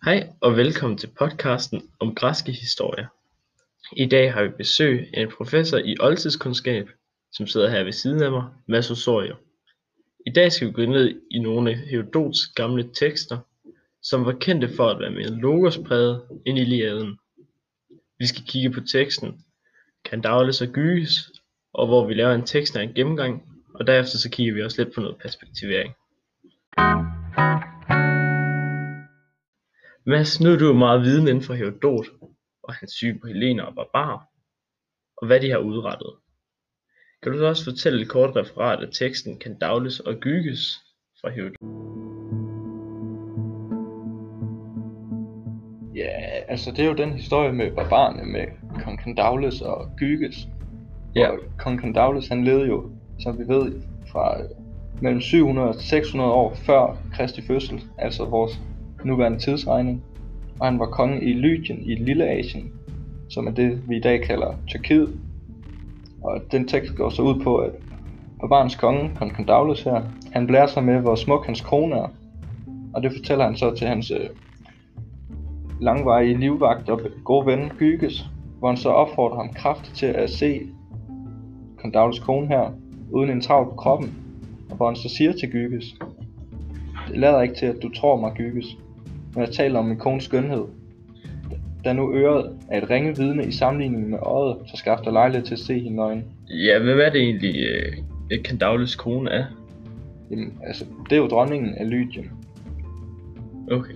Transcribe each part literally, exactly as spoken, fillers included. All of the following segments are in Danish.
Hej og velkommen til podcasten om græske historier. I dag har vi besøg af en professor i oldtidskundskab, som sidder her ved siden af mig, Mads Osorio. I dag skal vi gå ned i nogle af Herodots gamle tekster, som var kendte for at være mere logospræget end Iliaden. Vi skal kigge på teksten Kandaules og Gyges, og hvor vi laver en tekstnær gennemgang, og derefter så kigger vi også lidt på noget perspektivering. Mads, nu er du meget viden inden for Herodot og hans syn på hellener og barbarer, og hvad de har udrettet. Kan du så også fortælle et kort referat af teksten Kandaules og Gyges fra Herodot? Ja, altså det er jo den historie med barbarerne, med kong Kandaules og Gyges. Ja. Og kong Kandaules, han levede jo, som vi ved, fra øh, mellem syv hundrede og seks hundrede år før Kristi fødsel, altså vores nuværende tidsregning. Og han var konge i Lydien i Lilleasien, som er det vi i dag kalder Tyrkiet. Og den tekst går så ud på, at barbarens konge, kong Kandaules her, han blærer sig med, hvor smuk hans kone er. Og det fortæller han så til hans øh, langvarige livvagt og gode ven Gyges, hvor han så opfordrer ham kraftigt til at se Kandaules kone her, uden en travl på kroppen, og hvor han så siger til Gyges: "Det lader ikke til, at du tror mig, Gyges, når jeg taler om min kones skønhed. Da nu øret er et ringe vidne i sammenligning med øjet, så skaffes der lejlighed til at se hende nøgen." Ja, hvem er det egentlig, øh, Kandaules kone er? Jamen, altså, det er jo dronningen af Lydien. Okay.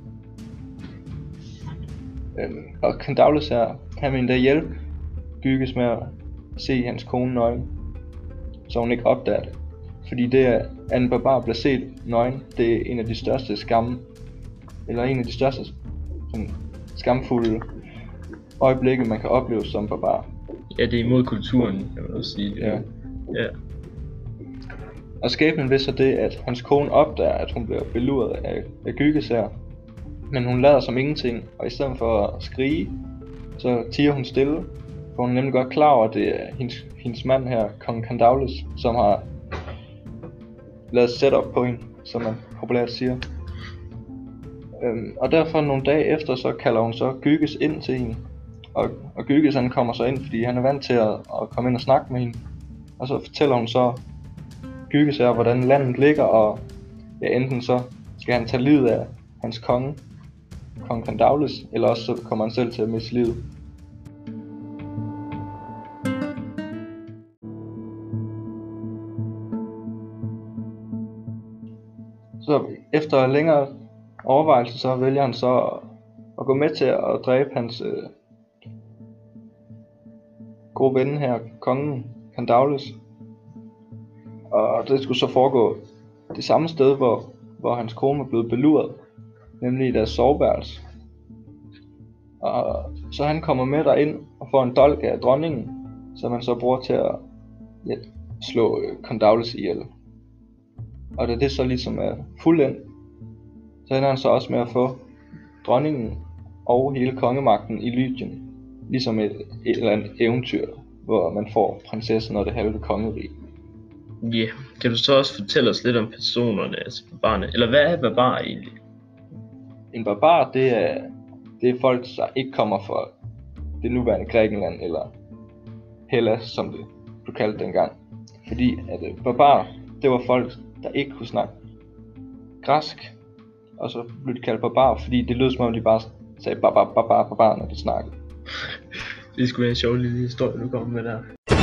Øhm, og Kandaules her, han vil endda hjælpe Gyges med at se hans kone nøgen, så hun ikke opdager det. Fordi det er, at en barbar bliver set nøgen, det er en af de største skamme, eller en af de største sådan, skamfulde øjeblikke, man kan opleve som barbar. Ja, det er imod kulturen, kan man også sige. Ja. Ja. Og skæbnen vil så det, at hans kone opdager, at hun bliver beluret af, af Gyges her. Men hun lader som ingenting, og i stedet for at skrige, så tiger hun stille. For hun er nemlig godt klar over, at det er hendes, hendes mand her, kong Kandaules, som har lavet setup på hende, som man populært siger. Øhm, og derfor nogle dage efter, så kalder hun så Gyges ind til hende. Og, og Gyges han kommer så ind, fordi han er vant til at, at komme ind og snakke med hende. Og så fortæller hun så Gyges her, hvordan landet ligger, og ja, enten så skal han tage livet af hans konge, kong Kandaules, eller også så kommer han selv til at miste livet. Så efter længere overvejelse, så vælger han så at, at gå med til at dræbe hans øh, gode ven her, kongen Kandaules. Og det skulle så foregå det samme sted, hvor, hvor hans kone var blevet beluret, nemlig i deres soveværelse. Og så han kommer med derind og får en dolk af dronningen, som han så bruger til at ja, slå øh, Kandaules ihjel. Og da det så ligesom er fuldendt, så ender han så også med at få dronningen og hele kongemagten i Lydien, ligesom et, et eller andet eventyr, hvor man får prinsessen og det halve kongerige. Ja, yeah. Kan du så også fortælle os lidt om personerne, altså barbarerne? Eller hvad er barbar egentlig? En barbar, det er, det er folk, der ikke kommer fra det nuværende Grækenland, eller Hellas, som det blev kaldt dengang. Fordi at øh, barbar, det var folk, der ikke kunne snakke græsk, og så blev de kaldt barbar, fordi det lød som om de bare sagde barbar, barbar, barbar, når de snakkede. Det skulle være en sjov lille historie, du kommer med der.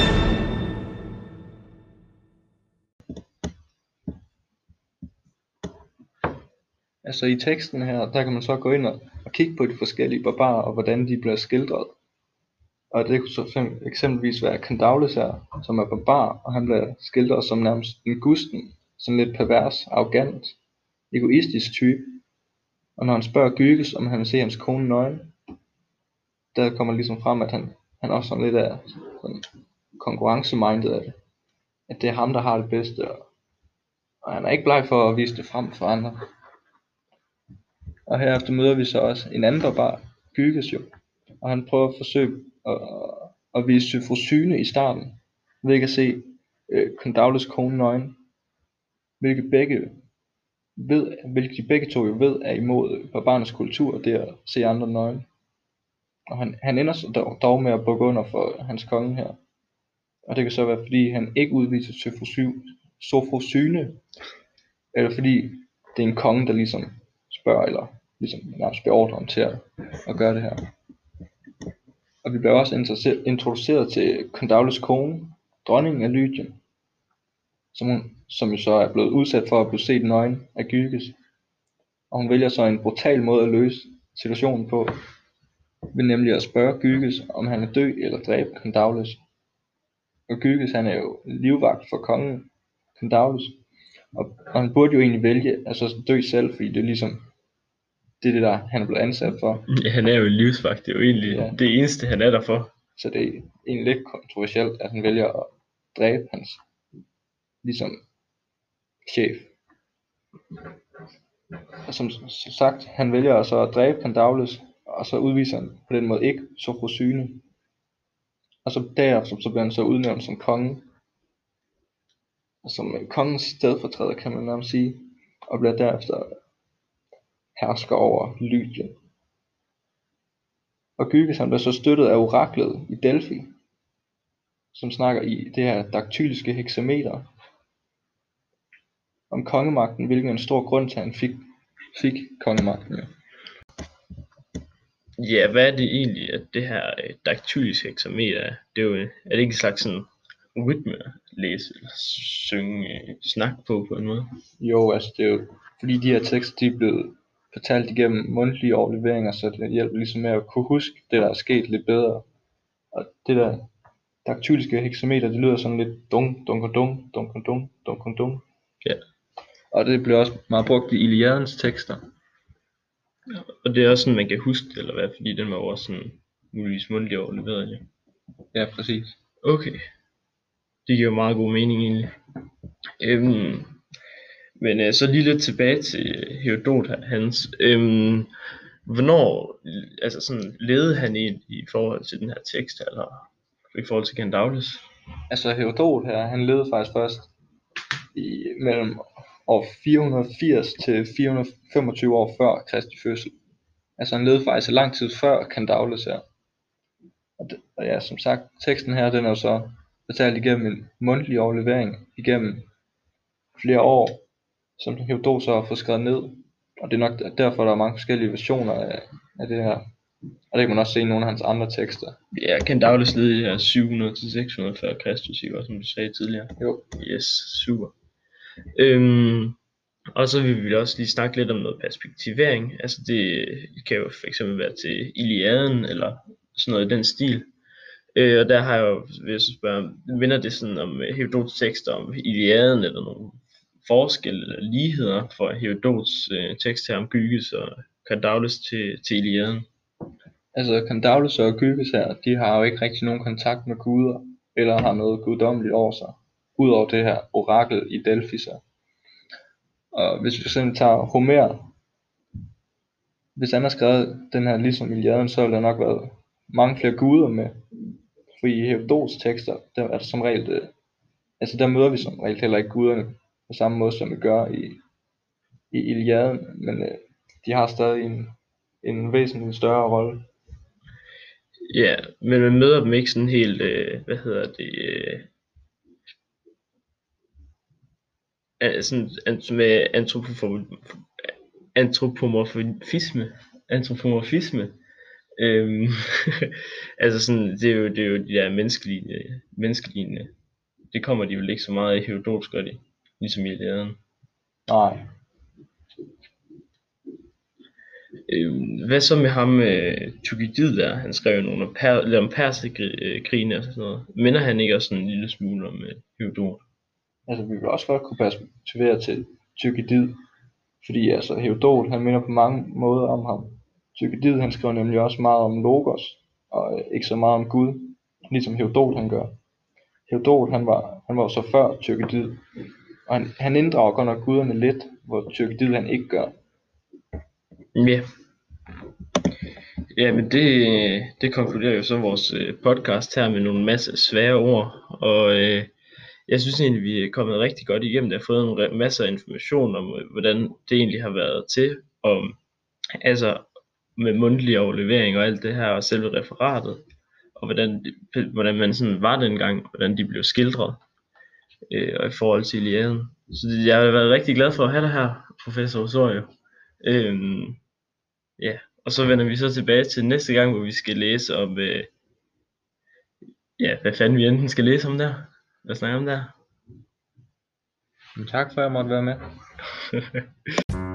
Altså i teksten her, der kan man så gå ind og, og kigge på de forskellige barbarer, og hvordan de bliver skildret. Og det kunne så eksempelvis være Kandaules her, som er barbar, og han bliver skildret som nærmest en gusten, sådan lidt pervers, arrogant, egoistisk type. Og når han spørger Gyges, om han vil se hans kone nøgen, der kommer ligesom frem, at han, han også sådan lidt er sådan konkurrencemindet af det. At det er ham, der har det bedste, og, og han er ikke bleg for at vise det frem for andre. Og herefter møder vi så også en anden barbar, Gyges jo, og han prøver at forsøge at, at vise syfrosyne i starten, ved ikke at se øh, Kandaules kone nøgen, hvilket begge ved, hvilket de begge to jo ved er imod barbarernes kultur, det er at se andre nøgne. Og han, han ender så dog, dog med at bukke under for hans konge her. Og det kan så være, fordi han ikke udviser sofrosyne, eller fordi det er en konge, der ligesom spørger, eller ligesom nærmest beordrer ham til at, at gøre det her. Og vi bliver også introduceret til Condaulus kone, dronningen af Lydien, som, hun, som jo så er blevet udsat for at blive set nøgen af Gyges. Og hun vælger så en brutal måde at løse situationen på, ved nemlig at spørge Gyges, om han vil dø eller dræbe Condaulus. Og Gyges, han er jo livvagt for kongen Condaulus, og, og han burde jo egentlig vælge altså dø selv, fordi det er ligesom det er det der han er blevet ansat for. Ja, han er jo en livsvagt, det er jo egentlig ja. Det eneste han er der for. Så det er egentlig lidt kontroversielt, at han vælger at dræbe hans ligesom chef. Og som, som sagt, han vælger så at dræbe Condaulus, og så udviser han på den måde ikke sofrosyne. Og så derefter så bliver han så udnævnt som konge. Og som kongens stedfortræder, kan man nærmest sige. Og bliver derefter hersker over Lydien. Og Gyges han bliver så støttet af oraklet i Delphi, som snakker i det her daktyliske hexameter om kongemagten, hvilket er en stor grund til, at han fik, fik kongemagten. Ja. Ja, hvad er det egentlig, at det her daktyliske hexameter er? Det er jo, er det ikke en slags sådan rytme at læse eller synge, snak på på en måde? Jo, altså det er jo, fordi de her tekster, de er blevet fortalt igennem mundtlige overleveringer, så det hjælper ligesom med at kunne huske det, der er sket lidt bedre. Og det der daktyliske hexameter, det lyder sådan lidt dunk, dunk, dunk, dunk, dunk, dunk, dunk. Ja. Og det bliver også meget brugt i Iliadens tekster. Ja, og det er også sådan, man kan huske det, eller hvad, fordi den var jo også sådan muligvis mundtlig overleveret. Ja. Ja, præcis. Okay. Det giver jo meget god mening egentlig. Øhm, men øh, så lige lidt tilbage til Herodot hans. Øhm, hvornår, altså sådan, levede han i, i forhold til den her tekst, eller i forhold til Condaulus? Altså Herodot her, han levede faktisk først i mellem år fire hundrede og firs til fire hundrede og femogtyve år før Kristi fødsel. Altså han levede faktisk lang tid før Condaulus her. Og, det, og ja, som sagt, teksten her, den er jo så fortalt igennem en mundtlig overlevering igennem flere år, som Herodot så har fået skrevet ned. Og det er nok derfor, der er mange forskellige versioner af, af det her. Og det kan man også se i nogle af hans andre tekster. Ja, Condaulus levede i her syv hundrede til seks hundrede før Kristus, ikke? Som du sagde tidligere. Jo. Yes, super. Øhm, og så vil vi også lige snakke lidt om noget perspektivering. Altså det kan jo for eksempel være til Iliaden, eller sådan noget i den stil. Øh, og der har jeg jo, vil jeg så spørge, minder det sådan om Herodots tekster om Iliaden, eller nogle forskelle eller ligheder for Herodots øh, tekst her om Gyges og Condaulus til, til Iliaden? Altså Condaulus og Gyges her, de har jo ikke rigtig nogen kontakt med guder, eller har noget guddommeligt over sig, udover det her orakel i Delphi så. Og hvis vi fx tager Homer, hvis han har skrevet den her ligesom Iliaden, så vil der nok været mange flere guder med. For i Herodots tekster, der er der som regel, øh, altså der møder vi som regel heller ikke guderne på samme måde som vi gør i, i Iliaden, men øh, de har stadig en, en væsentlig større rolle. Ja, men man møder dem ikke sådan helt, øh, hvad hedder det, øh, sådan med antropomorfisme, antropomorfisme. Øhm, altså sådan, det er jo, det er jo de der menneskelige, menneskelige, det kommer de jo ikke så meget af Herodot, gør de, ligesom i Iliaden. Nej. Øhm, hvad så med ham, øh, Thukydid der, han skrev nogle om, per, om perserkrigene og sådan noget. Minder han ikke også sådan en lille smule om øh, Herodot? Altså vi vil også godt kunne perspektivere til Thukydid, fordi altså Herodot, han minder på mange måder om ham. Thukydid, han skriver nemlig også meget om Logos, og ikke så meget om Gud, ligesom Herodot han gør. Herodot, han var, han var så før Thukydid, og han, han inddrager godt nok guderne lidt, hvor Thukydid han ikke gør. Ja. Ja, men det, det konkluderer jo så vores podcast her med nogle masse svære ord, og øh, jeg synes egentlig, vi er kommet rigtig godt igennem det. Jeg har fået en re- masse af information om, øh, hvordan det egentlig har været til, om, altså med mundtlig aflevering og alt det her, og selve referatet, og hvordan, det- hvordan man sådan var dengang, hvordan de blev skildret, øh, og i forhold til Iliaden. Så det, jeg har været rigtig glad for at have dig her, professor Osorio. Øhm, ja, og så vender vi så tilbage til næste gang, hvor vi skal læse om, øh, ja, hvad fanden vi enten skal læse om der, hvad snakker om der. Men tak for at jeg måtte være med.